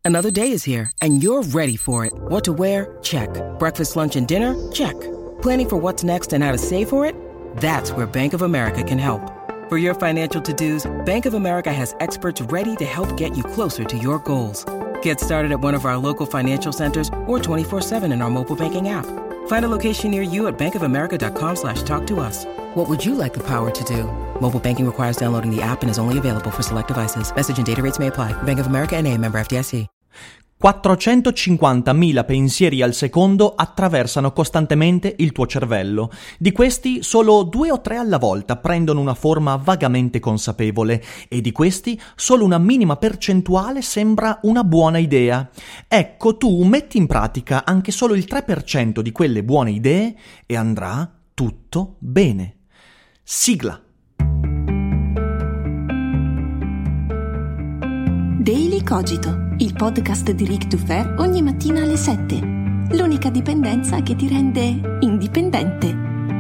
Another day is here, and you're ready for it. What to wear? Check. Breakfast, lunch, and dinner? Check. Planning for what's next and how to save for it? That's where Bank of America can help. For your financial to-dos, Bank of America has experts ready to help get you closer to your goals. Get started at one of our local financial centers or 24/7 in our mobile banking app. Find a location near you at bankofamerica.com/talktous. What would you like the power to do? Mobile banking requires downloading the app and is only available for select devices. Message and data rates may apply. Bank of America N.A., member FDIC. 450.000 pensieri al secondo attraversano costantemente il tuo cervello. Di questi solo 2 o 3 alla volta prendono una forma vagamente consapevole e di questi solo una minima percentuale sembra una buona idea. Ecco, tu metti in pratica anche solo il 3% di quelle buone idee e andrà tutto bene. Sigla. Daily Cogito, il podcast di Ric Dufer ogni mattina alle 7. L'unica dipendenza che ti rende indipendente.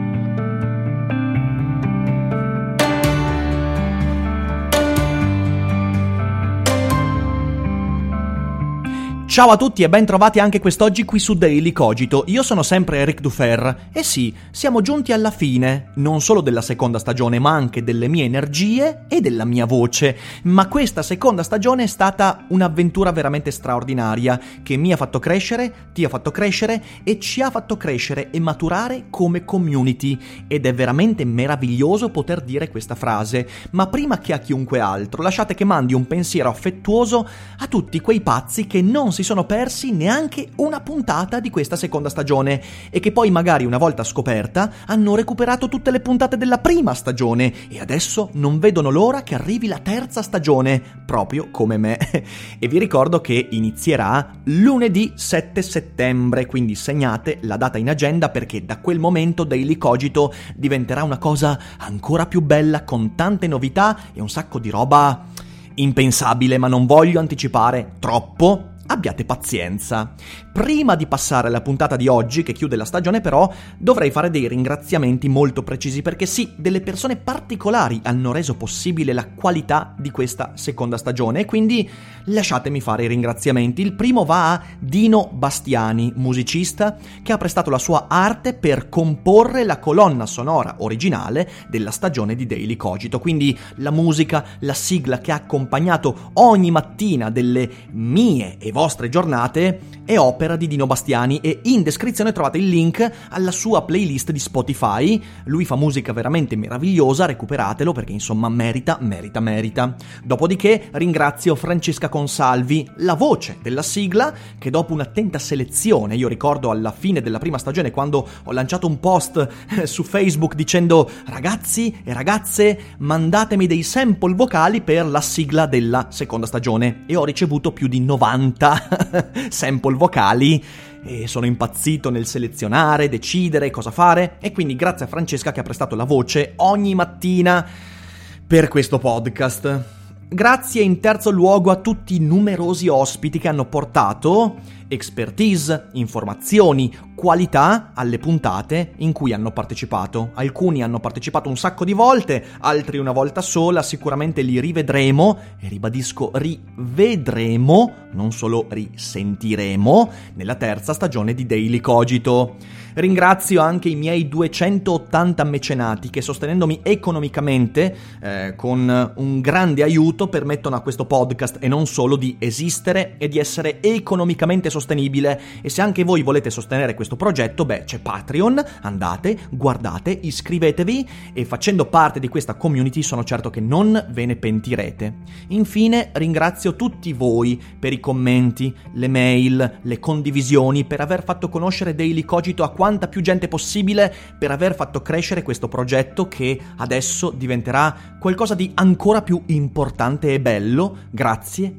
Ciao a tutti e ben trovati anche quest'oggi qui su Daily Cogito. Io sono sempre Ric Dufer e sì, siamo giunti alla fine, non solo della seconda stagione ma anche delle mie energie e della mia voce. Ma questa seconda stagione è stata un'avventura veramente straordinaria che mi ha fatto crescere, ti ha fatto crescere e ci ha fatto crescere e maturare come community. Ed è veramente meraviglioso poter dire questa frase. Ma prima che a chiunque altro, lasciate che mandi un pensiero affettuoso a tutti quei pazzi che non si sono persi neanche una puntata di questa seconda stagione e che poi magari una volta scoperta hanno recuperato tutte le puntate della prima stagione e adesso non vedono l'ora che arrivi la terza stagione, proprio come me. E vi ricordo che inizierà lunedì 7 settembre, quindi segnate la data in agenda perché da quel momento Daily Cogito diventerà una cosa ancora più bella con tante novità e un sacco di roba impensabile, ma non voglio anticipare troppo. Abbiate pazienza. Prima di passare alla puntata di oggi, che chiude la stagione, però, dovrei fare dei ringraziamenti molto precisi, perché sì, delle persone particolari hanno reso possibile la qualità di questa seconda stagione, e quindi lasciatemi fare i ringraziamenti. Il primo va a Dino Bastiani, musicista, che ha prestato la sua arte per comporre la colonna sonora originale della stagione di Daily Cogito, quindi la musica, la sigla che ha accompagnato ogni mattina delle mie e vostre giornate è opera di Dino Bastiani e in descrizione trovate il link alla sua playlist di Spotify. Lui fa musica veramente meravigliosa, recuperatelo perché insomma merita. Dopodiché ringrazio Francesca Consalvi, la voce della sigla, che dopo un'attenta selezione, io ricordo alla fine della prima stagione quando ho lanciato un post su Facebook dicendo ragazzi e ragazze mandatemi dei sample vocali per la sigla della seconda stagione e ho ricevuto più di 90 sample vocali e sono impazzito nel selezionare, decidere cosa fare e quindi grazie a Francesca che ha prestato la voce ogni mattina per questo podcast. Grazie in terzo luogo a tutti i numerosi ospiti che hanno portato expertise, informazioni, qualità alle puntate in cui hanno partecipato. Alcuni hanno partecipato un sacco di volte, altri una volta sola, sicuramente li rivedremo, e ribadisco rivedremo, non solo risentiremo, nella terza stagione di Daily Cogito. Ringrazio anche i miei 280 mecenati che sostenendomi economicamente con un grande aiuto permettono a questo podcast e non solo di esistere e di essere economicamente sostenibile. E se anche voi volete sostenere questo progetto, c'è Patreon, andate, guardate, iscrivetevi e facendo parte di questa community sono certo che non ve ne pentirete. Infine ringrazio tutti voi per i commenti, le mail, le condivisioni, per aver fatto conoscere Daily Cogito a quanta più gente possibile, per aver fatto crescere questo progetto che adesso diventerà qualcosa di ancora più importante e bello. Grazie.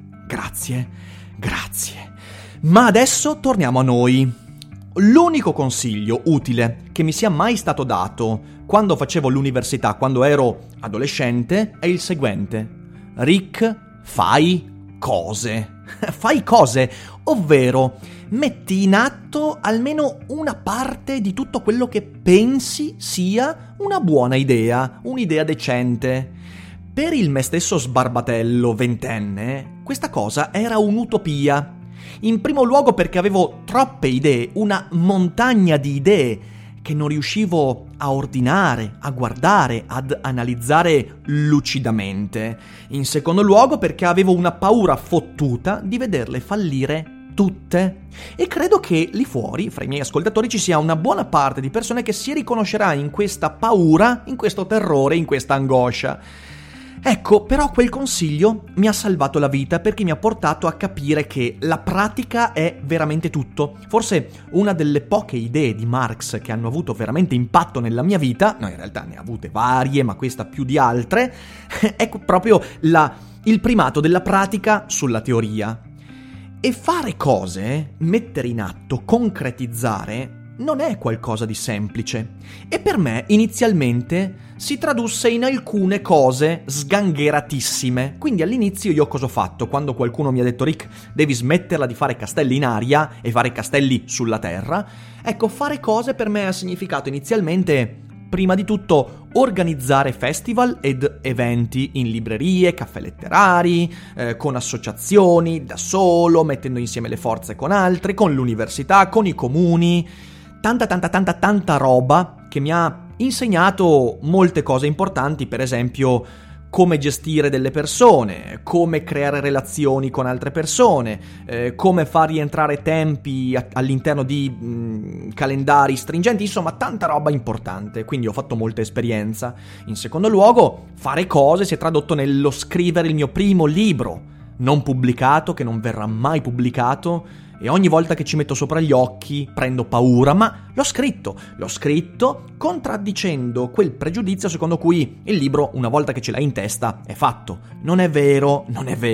Ma adesso torniamo a noi. L'unico consiglio utile che mi sia mai stato dato quando facevo l'università, quando ero adolescente, è il seguente: Rick, fai cose. Fai cose, ovvero metti in atto almeno una parte di tutto quello che pensi sia una buona idea, un'idea decente. Per il me stesso sbarbatello ventenne, questa cosa era un'utopia. In primo luogo perché avevo troppe idee, una montagna di idee che non riuscivo a ordinare, a guardare, ad analizzare lucidamente. In secondo luogo perché avevo una paura fottuta di vederle fallire tutte. E credo che lì fuori, fra i miei ascoltatori, ci sia una buona parte di persone che si riconoscerà in questa paura, in questo terrore, in questa angoscia. Ecco, però quel consiglio mi ha salvato la vita perché mi ha portato a capire che la pratica è veramente tutto. Forse una delle poche idee di Marx che hanno avuto veramente impatto nella mia vita, no, in realtà ne ha avute varie, ma questa più di altre, è proprio il primato della pratica sulla teoria. E fare cose, mettere in atto, concretizzare, non è qualcosa di semplice. E per me, inizialmente, si tradusse in alcune cose sgangheratissime. Quindi all'inizio io cosa ho fatto? Quando qualcuno mi ha detto Rick, devi smetterla di fare castelli in aria e fare castelli sulla terra, ecco, fare cose per me ha significato inizialmente, prima di tutto, organizzare festival ed eventi in librerie, caffè letterari, con associazioni, da solo, mettendo insieme le forze con altri, con l'università, con i comuni. Tanta roba che mi ha insegnato molte cose importanti, per esempio come gestire delle persone, come creare relazioni con altre persone, come far rientrare tempi all'interno di calendari stringenti, insomma tanta roba importante, quindi ho fatto molta esperienza. In secondo luogo, fare cose si è tradotto nello scrivere il mio primo libro, non pubblicato, che non verrà mai pubblicato, e ogni volta che ci metto sopra gli occhi prendo paura, ma l'ho scritto contraddicendo quel pregiudizio secondo cui il libro, una volta che ce l'hai in testa, è fatto. Non è vero,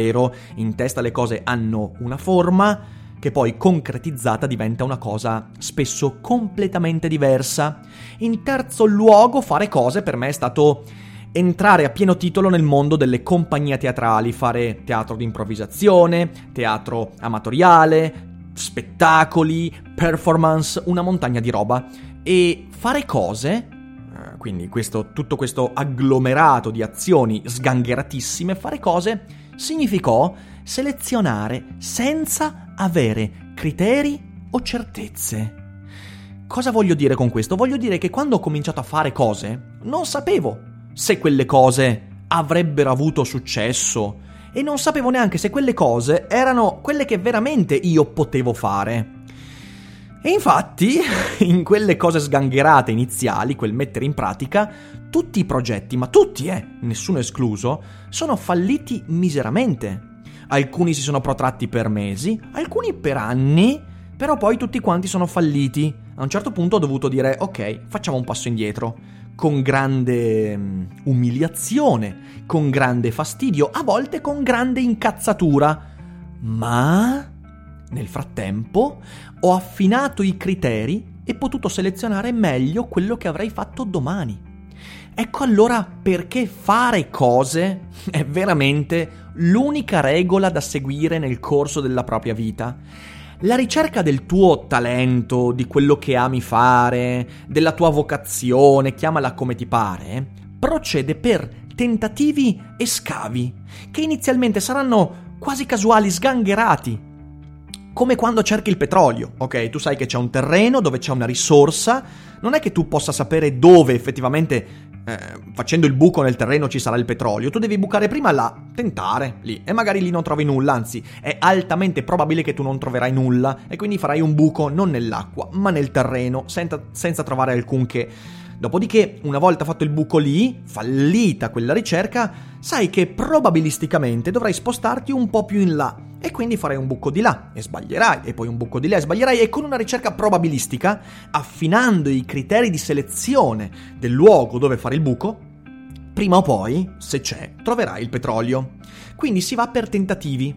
in testa le cose hanno una forma che poi concretizzata diventa una cosa spesso completamente diversa. In terzo luogo, fare cose per me è stato entrare a pieno titolo nel mondo delle compagnie teatrali, fare teatro di improvvisazione, teatro amatoriale, spettacoli, performance, una montagna di roba. E fare cose, quindi tutto questo agglomerato di azioni sgangheratissime, fare cose significò selezionare senza avere criteri o certezze. Cosa voglio dire con questo? Voglio dire che quando ho cominciato a fare cose, non sapevo se quelle cose avrebbero avuto successo e non sapevo neanche se quelle cose erano quelle che veramente io potevo fare. E infatti, in quelle cose sgangherate iniziali, quel mettere in pratica, tutti i progetti, ma tutti, nessuno escluso, sono falliti miseramente. Alcuni si sono protratti per mesi, alcuni per anni, però poi tutti quanti sono falliti. A un certo punto ho dovuto dire, ok, facciamo un passo indietro, con grande umiliazione, con grande fastidio, a volte con grande incazzatura. Ma nel frattempo ho affinato i criteri e potuto selezionare meglio quello che avrei fatto domani. Ecco allora perché fare cose è veramente l'unica regola da seguire nel corso della propria vita. La ricerca del tuo talento, di quello che ami fare, della tua vocazione, chiamala come ti pare, procede per tentativi e scavi, che inizialmente saranno quasi casuali, sgangherati. Come quando cerchi il petrolio, ok? Tu sai che c'è un terreno dove c'è una risorsa, non è che tu possa sapere dove effettivamente facendo il buco nel terreno ci sarà il petrolio. Tu devi bucare prima là, tentare lì, e magari lì non trovi nulla, anzi è altamente probabile che tu non troverai nulla e quindi farai un buco non nell'acqua ma nel terreno senza trovare alcunché. Dopodiché, una volta fatto il buco lì, fallita quella ricerca, sai che probabilisticamente dovrai spostarti un po' più in là e quindi farai un buco di là e sbaglierai, e poi un buco di là e sbaglierai, e con una ricerca probabilistica, affinando i criteri di selezione del luogo dove fare il buco, prima o poi, se c'è, troverai il petrolio. Quindi si va per tentativi.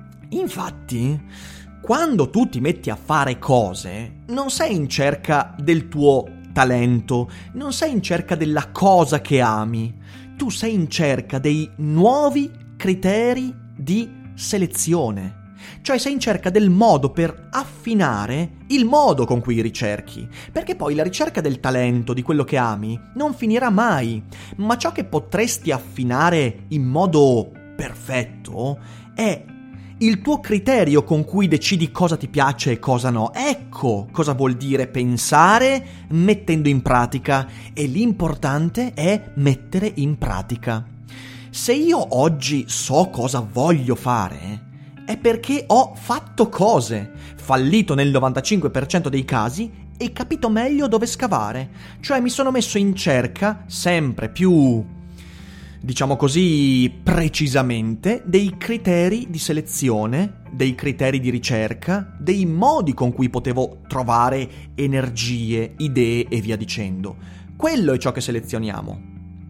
Infatti, quando tu ti metti a fare cose, non sei in cerca del tuo talento, non sei in cerca della cosa che ami, tu sei in cerca dei nuovi criteri di selezione, cioè sei in cerca del modo per affinare il modo con cui ricerchi, perché poi la ricerca del talento, di quello che ami, non finirà mai, ma ciò che potresti affinare in modo perfetto è il tuo criterio con cui decidi cosa ti piace e cosa no. Ecco cosa vuol dire pensare mettendo in pratica, e l'importante è mettere in pratica. Se io oggi so cosa voglio fare, è perché ho fatto cose, fallito nel 95% dei casi e capito meglio dove scavare. Cioè mi sono messo in cerca sempre più, diciamo così, precisamente dei criteri di selezione, dei criteri di ricerca, dei modi con cui potevo trovare energie, idee e via dicendo. Quello è ciò che selezioniamo.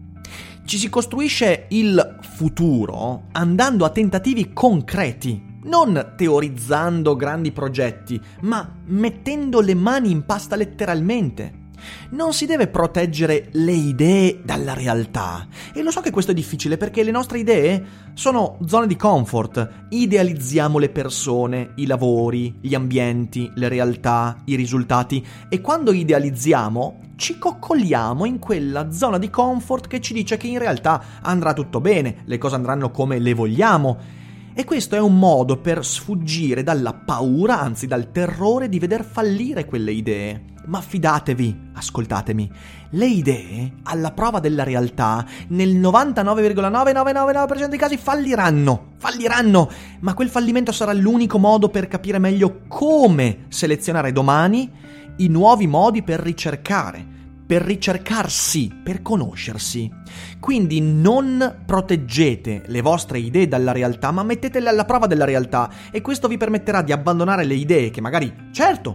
Ci si costruisce il futuro andando a tentativi concreti, non teorizzando grandi progetti, ma mettendo le mani in pasta letteralmente. Non si deve proteggere le idee dalla realtà. E lo so che questo è difficile perché le nostre idee sono zone di comfort. Idealizziamo le persone, i lavori, gli ambienti, le realtà, i risultati, e quando idealizziamo ci coccoliamo in quella zona di comfort che ci dice che in realtà andrà tutto bene, le cose andranno come le vogliamo. E questo è un modo per sfuggire dalla paura, anzi dal terrore di veder fallire quelle idee. Ma fidatevi, ascoltatemi, le idee, alla prova della realtà, nel 99,9999% dei casi falliranno, ma quel fallimento sarà l'unico modo per capire meglio come selezionare domani i nuovi modi per ricercare, per ricercarsi, per conoscersi. Quindi non proteggete le vostre idee dalla realtà, ma mettetele alla prova della realtà, e questo vi permetterà di abbandonare le idee che magari, certo,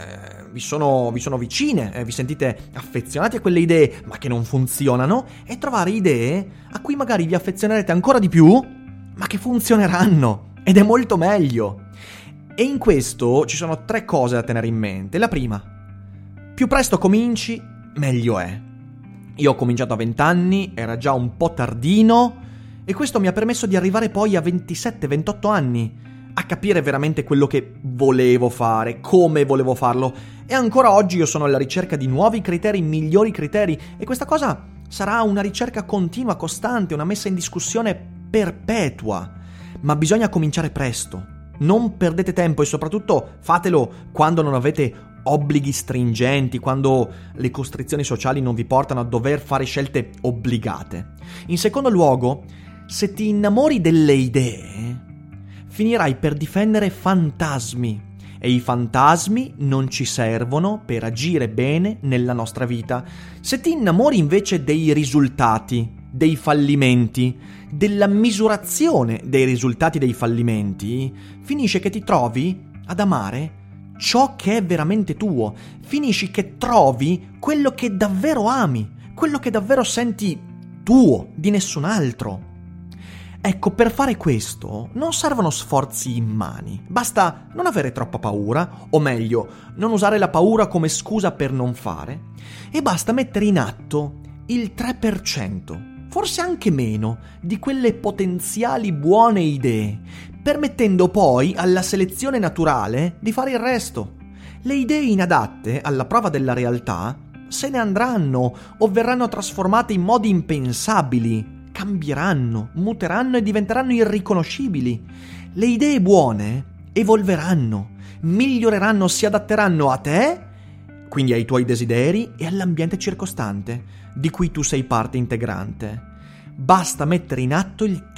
vi sono vicine, vi sentite affezionati a quelle idee, ma che non funzionano, e trovare idee a cui magari vi affezionerete ancora di più, ma che funzioneranno, ed è molto meglio. E in questo ci sono 3 cose da tenere in mente. La prima: più presto cominci, meglio è. Io ho cominciato a 20 anni, era già un po' tardino, e questo mi ha permesso di arrivare poi a 27-28 anni, a capire veramente quello che volevo fare, come volevo farlo, e ancora oggi io sono alla ricerca di nuovi criteri, migliori criteri, e questa cosa sarà una ricerca continua, costante, una messa in discussione perpetua, ma bisogna cominciare presto. Non perdete tempo e soprattutto fatelo quando non avete obblighi stringenti, quando le costrizioni sociali non vi portano a dover fare scelte obbligate. In secondo luogo, se ti innamori delle idee, finirai per difendere fantasmi, e i fantasmi non ci servono per agire bene nella nostra vita. Se ti innamori invece dei risultati, dei fallimenti, della misurazione dei risultati dei fallimenti, finisce che ti trovi ad amare ciò che è veramente tuo, finisci che trovi quello che davvero ami, quello che davvero senti tuo, di nessun altro. Ecco, per fare questo non servono sforzi immani, basta non avere troppa paura, o meglio, non usare la paura come scusa per non fare, e basta mettere in atto il 3%, forse anche meno, di quelle potenziali buone idee, permettendo poi alla selezione naturale di fare il resto. Le idee inadatte alla prova della realtà se ne andranno o verranno trasformate in modi impensabili, cambieranno, muteranno e diventeranno irriconoscibili. Le idee buone evolveranno, miglioreranno, si adatteranno a te, quindi ai tuoi desideri, e all'ambiente circostante, di cui tu sei parte integrante. Basta mettere in atto il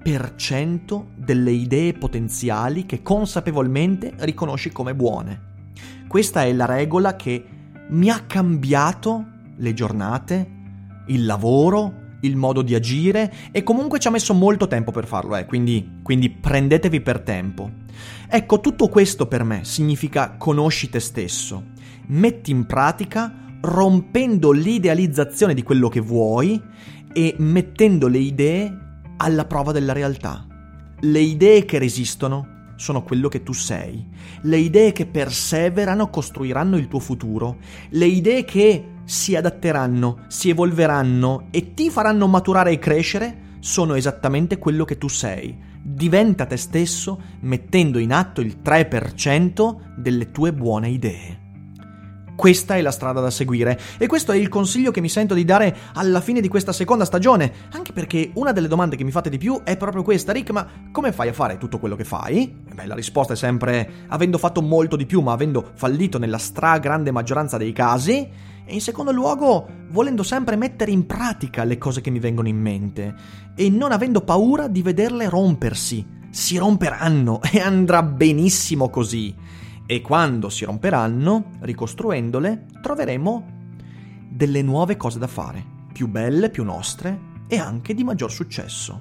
3% delle idee potenziali che consapevolmente riconosci come buone. Questa è la regola che mi ha cambiato le giornate, il lavoro, il modo di agire, e comunque ci ha messo molto tempo per farlo, quindi prendetevi per tempo. Ecco, tutto questo per me significa conosci te stesso, metti in pratica rompendo l'idealizzazione di quello che vuoi e mettendo le idee alla prova della realtà. Le idee che resistono sono quello che tu sei. Le idee che perseverano costruiranno il tuo futuro. Le idee che si adatteranno, si evolveranno e ti faranno maturare e crescere sono esattamente quello che tu sei. Diventa te stesso mettendo in atto il 3% delle tue buone idee. Questa è la strada da seguire e questo è il consiglio che mi sento di dare alla fine di questa seconda stagione, anche perché una delle domande che mi fate di più è proprio questa: Rick, ma come fai a fare tutto quello che fai? La risposta è sempre avendo fatto molto di più ma avendo fallito nella stragrande maggioranza dei casi, e in secondo luogo volendo sempre mettere in pratica le cose che mi vengono in mente e non avendo paura di vederle rompersi. Si romperanno e andrà benissimo così. E quando si romperanno, ricostruendole, troveremo delle nuove cose da fare, più belle, più nostre e anche di maggior successo.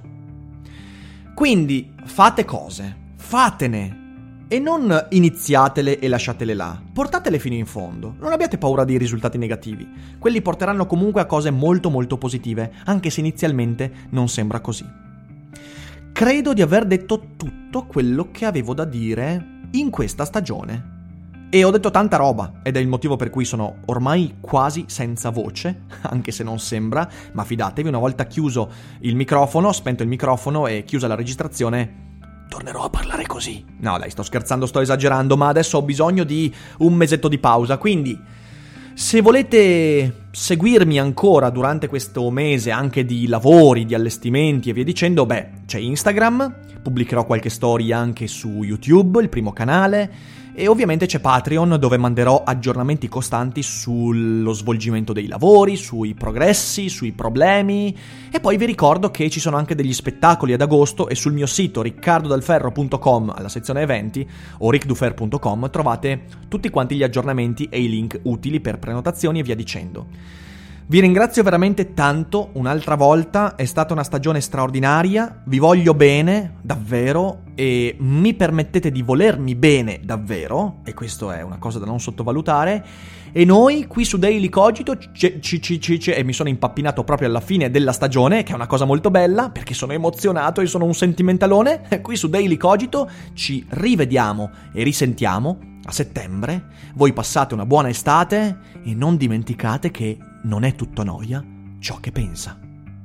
Quindi fate cose, fatene e non iniziatele e lasciatele là. Portatele fino in fondo, non abbiate paura dei risultati negativi. Quelli porteranno comunque a cose molto molto positive, anche se inizialmente non sembra così. Credo di aver detto tutto quello che avevo da dire in questa stagione. E ho detto tanta roba, ed è il motivo per cui sono ormai quasi senza voce, anche se non sembra, ma fidatevi, una volta chiuso il microfono, spento il microfono e chiusa la registrazione, tornerò a parlare così. No dai, sto scherzando, sto esagerando, ma adesso ho bisogno di un mesetto di pausa, quindi se volete seguirmi ancora durante questo mese anche di lavori, di allestimenti e via dicendo, c'è Instagram, pubblicherò qualche story anche su YouTube, il primo canale, e ovviamente c'è Patreon dove manderò aggiornamenti costanti sullo svolgimento dei lavori, sui progressi, sui problemi, e poi vi ricordo che ci sono anche degli spettacoli ad agosto e sul mio sito riccardodalferro.com alla sezione eventi o rickdufer.com trovate tutti quanti gli aggiornamenti e i link utili per prenotazioni e via dicendo. Vi ringrazio veramente tanto un'altra volta, è stata una stagione straordinaria, vi voglio bene, davvero, e mi permettete di volermi bene, davvero, e questo è una cosa da non sottovalutare, e noi qui su Daily Cogito, e mi sono impappinato proprio alla fine della stagione, che è una cosa molto bella, perché sono emozionato e sono un sentimentalone, qui su Daily Cogito ci rivediamo e risentiamo a settembre. Voi passate una buona estate e non dimenticate che non è tutto noia ciò che pensa.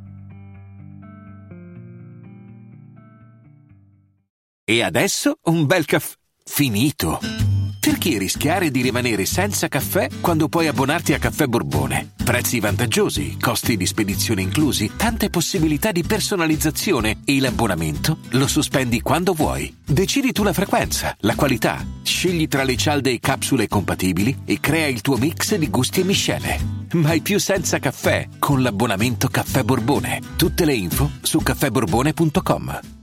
E adesso un bel caffè finito. Perché rischiare di rimanere senza caffè quando puoi abbonarti a Caffè Borbone? Prezzi vantaggiosi, costi di spedizione inclusi, tante possibilità di personalizzazione e l'abbonamento lo sospendi quando vuoi. Decidi tu la frequenza, la qualità, scegli tra le cialde e capsule compatibili e crea il tuo mix di gusti e miscele. Mai più senza caffè con l'abbonamento Caffè Borbone. Tutte le info su caffèborbone.com.